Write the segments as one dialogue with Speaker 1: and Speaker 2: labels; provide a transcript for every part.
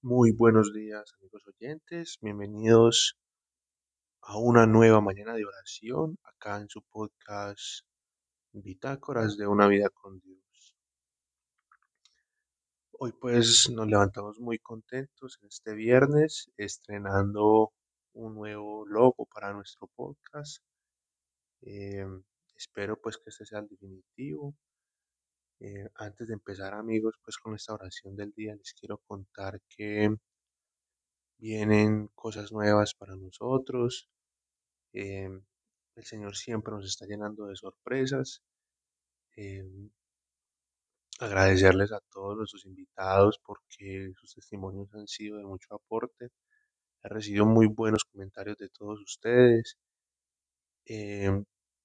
Speaker 1: Muy buenos días, amigos oyentes. Bienvenidos a una nueva mañana de oración acá en su podcast Bitácoras de una vida con Dios. Hoy pues nos levantamos muy contentos en este viernes estrenando un nuevo logo para nuestro podcast. Eh, Espero pues que este sea el definitivo. Antes de empezar, amigos, pues con esta oración del día les quiero contar que vienen cosas nuevas para nosotros. Eh, el Señor siempre nos está llenando de sorpresas. Eh, Agradecerles a todos nuestros invitados porque sus testimonios han sido de mucho aporte. He recibido muy buenos comentarios de todos ustedes, eh,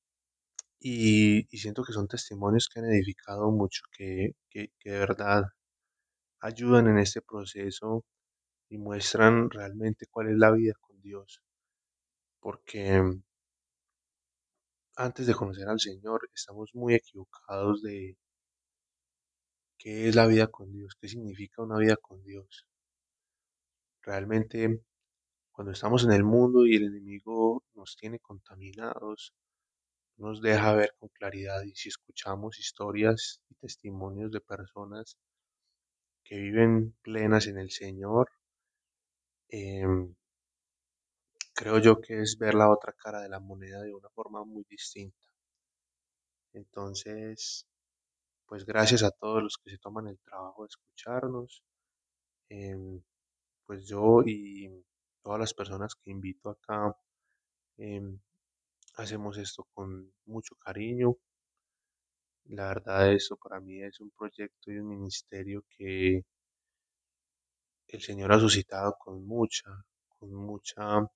Speaker 1: y siento que son testimonios que han edificado mucho, que de verdad ayudan en este proceso y muestran realmente cuál es la vida con Dios. Porque antes de conocer al Señor estamos muy equivocados de qué es la vida con Dios, qué significa una vida con Dios. Realmente, cuando estamos en el mundo y el enemigo nos tiene contaminados, no nos deja ver con claridad. Y si escuchamos historias y testimonios de personas que viven plenas en el Señor, em, creo yo que es ver la otra cara de la moneda de una forma muy distinta. Entonces, pues gracias a todos los que se toman el trabajo de escucharnos. em, pues yo y todas las personas que invito acá, em, hacemos esto con mucho cariño. La verdad, eso para mí es un proyecto y un ministerio que el Señor ha suscitado con mucha,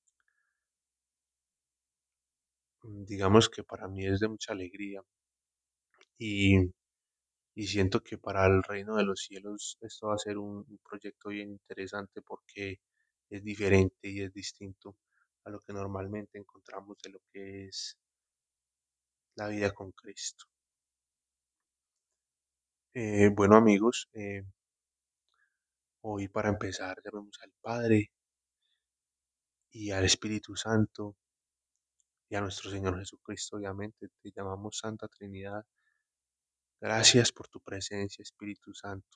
Speaker 1: digamos que para mí es de mucha alegría. Y, y siento que para el reino de los cielos esto va a ser un proyecto bien interesante porque es diferente y es distinto a lo que normalmente encontramos de lo que es la vida con Cristo. Bueno, amigos, hoy para empezar llamemos al Padre y al Espíritu Santo y a nuestro Señor Jesucristo. Obviamente te llamamos Santa Trinidad. Gracias por tu presencia, Espíritu Santo.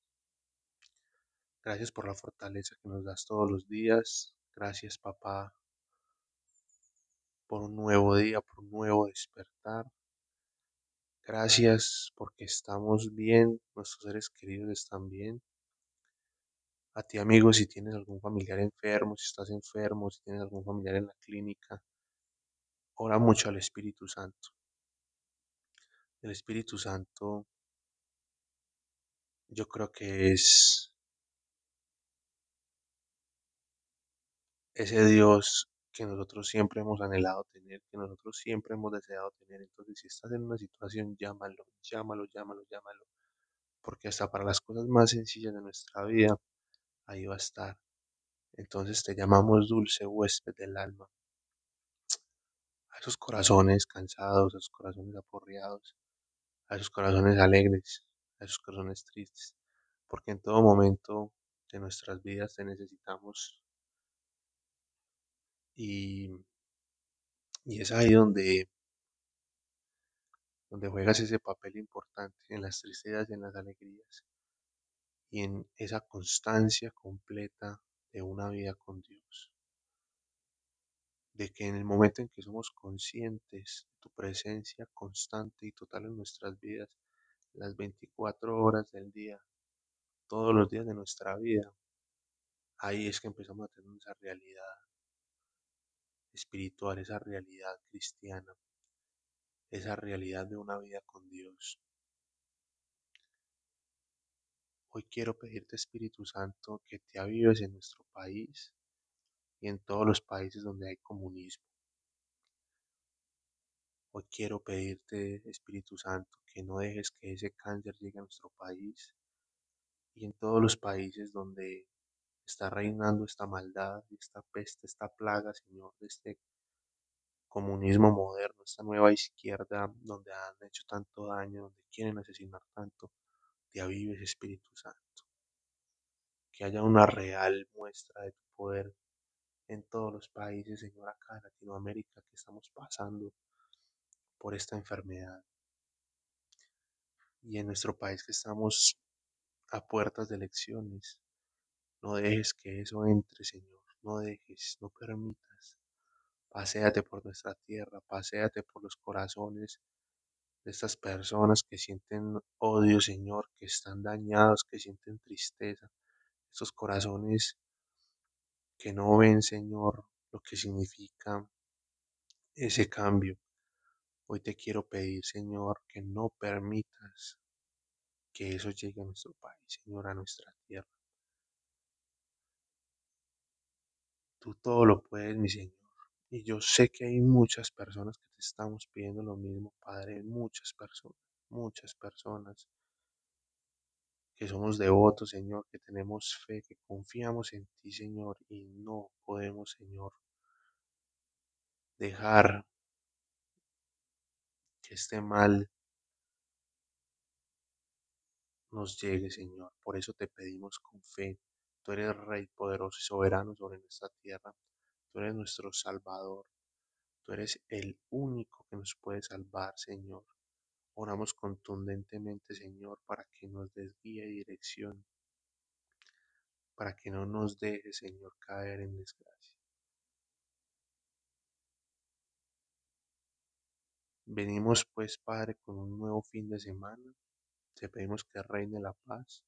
Speaker 1: Gracias por la fortaleza que nos das todos los días. Gracias, Papá, por un nuevo día, por un nuevo despertar. Gracias porque estamos bien, nuestros seres queridos están bien. A ti, amigo, si tienes algún familiar enfermo, si estás enfermo, si tienes algún familiar en la clínica, ora mucho al Espíritu Santo. El Espíritu Santo, yo creo que es ese Dios que nosotros siempre hemos anhelado tener, que nosotros siempre hemos deseado tener. Entonces, si estás en una situación, llámalo, llámalo, llámalo, llámalo, porque hasta para las cosas más sencillas de nuestra vida, ahí va a estar. Entonces te llamamos dulce huésped del alma, a esos corazones cansados, a esos corazones aporreados, a esos corazones alegres, a esos corazones tristes, porque en todo momento de nuestras vidas te necesitamos. Y, y es ahí donde juegas ese papel importante, en las tristezas y en las alegrías, y en esa constancia completa de una vida con Dios. De que en el momento en que somos conscientes de tu presencia constante y total en nuestras vidas, las 24 horas del día, todos los días de nuestra vida, ahí es que empezamos a tener esa realidad espiritual, esa realidad cristiana, esa realidad de una vida con Dios. Hoy quiero pedirte, Espíritu Santo, que te avives en nuestro país y en todos los países donde hay comunismo. Hoy quiero pedirte, Espíritu Santo, que no dejes que ese cáncer llegue a nuestro país y en todos los países donde está reinando esta maldad, esta peste, esta plaga, Señor, de este comunismo moderno, esta nueva izquierda donde han hecho tanto daño, donde quieren asesinar tanto. Te avives, Espíritu Santo. que haya una real muestra de tu poder en todos los países, Señor, acá de Latinoamérica que estamos pasando por esta enfermedad y en nuestro país que estamos a puertas de elecciones. No dejes que eso entre, Señor. No dejes, no permitas. Paséate por nuestra tierra, paséate por los corazones de estas personas que sienten odio, Señor, que están dañados, que sienten tristeza. Estos corazones que no ven, Señor, lo que significa ese cambio. Hoy te quiero pedir, Señor, que no permitas que eso llegue a nuestro país, Señor, a nuestra tierra. Tú todo lo puedes, mi Señor. Y yo sé que hay muchas personas que te estamos pidiendo lo mismo, Padre, muchas personas que somos devotos, Señor, que tenemos fe, que confiamos en ti, Señor, y no podemos, Señor, dejar que este mal nos llegue, Señor. Por eso te pedimos con fe. Tú eres Rey poderoso y soberano sobre nuestra tierra. Tú eres nuestro Salvador. Tú eres el único que nos puede salvar, Señor. Oramos contundentemente, Señor, para que nos des guía y dirección, para que no nos dejes, Señor, caer en desgracia. Venimos, pues, Padre, con un nuevo fin de semana. Te pedimos que reine la paz.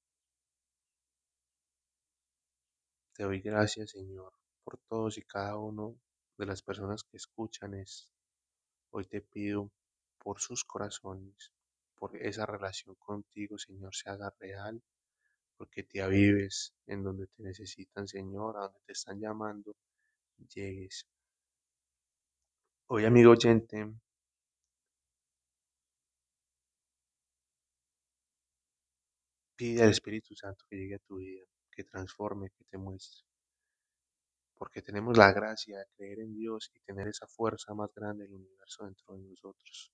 Speaker 1: Te doy gracias, Señor, por todos y cada uno de las personas que escuchan esto. Hoy te pido por sus corazones, por esa relación contigo, Señor, se haga real, porque te avives en donde te necesitan, Señor, a donde te están llamando, llegues. Hoy, amigo oyente, pide al Espíritu Santo que llegue a tu vida, que transforme, que te muestre, porque tenemos la gracia de creer en Dios y tener esa fuerza más grande del universo dentro de nosotros.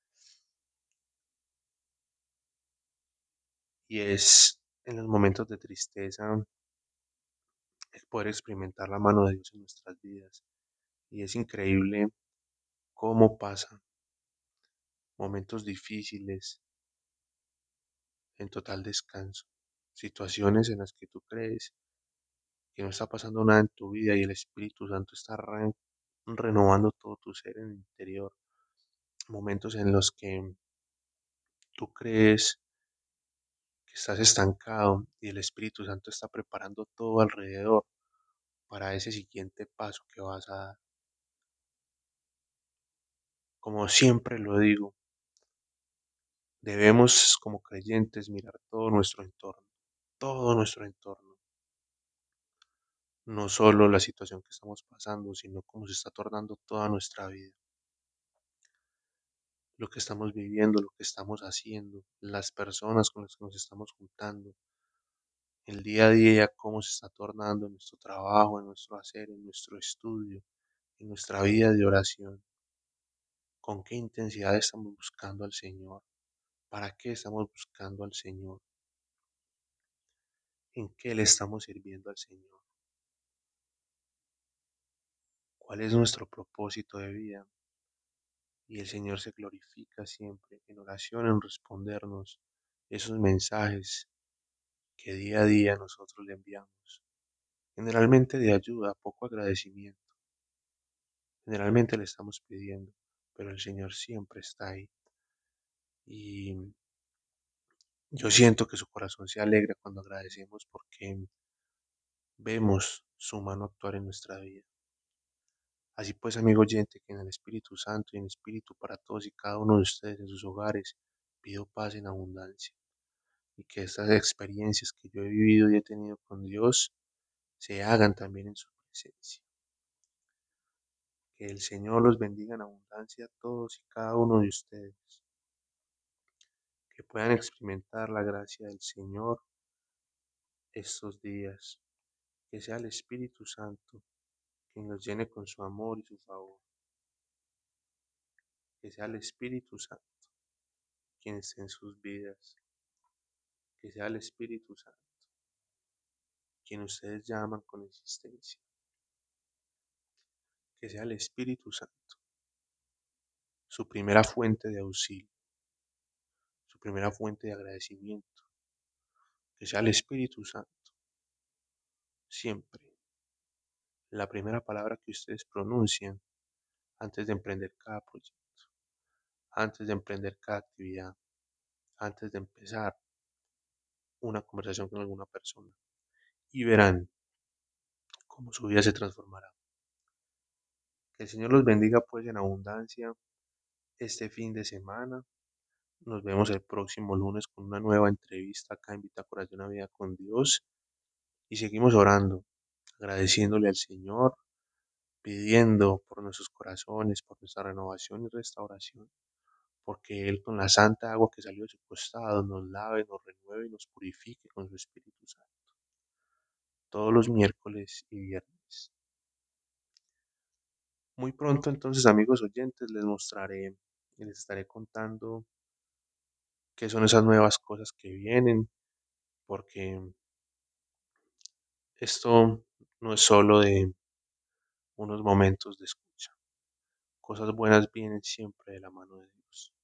Speaker 1: Y es en los momentos de tristeza el poder experimentar la mano de Dios en nuestras vidas. Y es increíble cómo pasa momentos difíciles en total descanso, situaciones en las que tú crees que no está pasando nada en tu vida y el Espíritu Santo está renovando todo tu ser en el interior, momentos en los que tú crees que estás estancado y el Espíritu Santo está preparando todo alrededor para ese siguiente paso que vas a dar. Como siempre lo digo, debemos como creyentes mirar todo nuestro entorno, no solo la situación que estamos pasando, sino cómo se está tornando toda nuestra vida, lo que estamos viviendo, lo que estamos haciendo, las personas con las que nos estamos juntando, el día a día, cómo se está tornando en nuestro trabajo, en nuestro hacer, en nuestro estudio, en nuestra vida de oración, con qué intensidad estamos buscando al Señor, para qué estamos buscando al Señor, en qué le estamos sirviendo al Señor, cuál es nuestro propósito de vida. Y el Señor se glorifica siempre en oración, en respondernos esos mensajes que día a día nosotros le enviamos. Generalmente de ayuda, poco agradecimiento. Generalmente le estamos pidiendo, pero el Señor siempre está ahí. Y yo siento que su corazón se alegra cuando agradecemos porque vemos su mano actuar en nuestra vida. Así pues, amigo oyente, que en el Espíritu Santo y en Espíritu para todos y cada uno de ustedes en sus hogares, pido paz en abundancia y que estas experiencias que yo he vivido y he tenido con Dios se hagan también en su presencia. Que el Señor los bendiga en abundancia a todos y cada uno de ustedes. Que puedan experimentar la gracia del Señor estos días. Que sea el Espíritu Santo quien los llene con su amor y su favor. Que sea el Espíritu Santo quien esté en sus vidas. Que sea el Espíritu Santo quien ustedes llaman con insistencia, que sea el Espíritu Santo, su primera fuente de auxilio, su primera fuente de agradecimiento, que sea el Espíritu Santo, siempre la primera palabra que ustedes pronuncien antes de emprender cada proyecto, antes de emprender cada actividad, antes de empezar una conversación con alguna persona. Y verán cómo su vida se transformará. Que el Señor los bendiga pues en abundancia este fin de semana. Nos vemos el próximo lunes con una nueva entrevista acá en Bitácoras de una Vida con Dios. Y seguimos orando, agradeciéndole al Señor, pidiendo por nuestros corazones, por nuestra renovación y restauración, porque Él con la santa agua que salió de su costado nos lave, nos renueve y nos purifique con su Espíritu Santo. Todos los miércoles y viernes. Muy pronto entonces, amigos oyentes, les mostraré y les estaré contando qué son esas nuevas cosas que vienen, porque esto no es solo de unos momentos de escucha. Cosas buenas vienen siempre de la mano de Dios.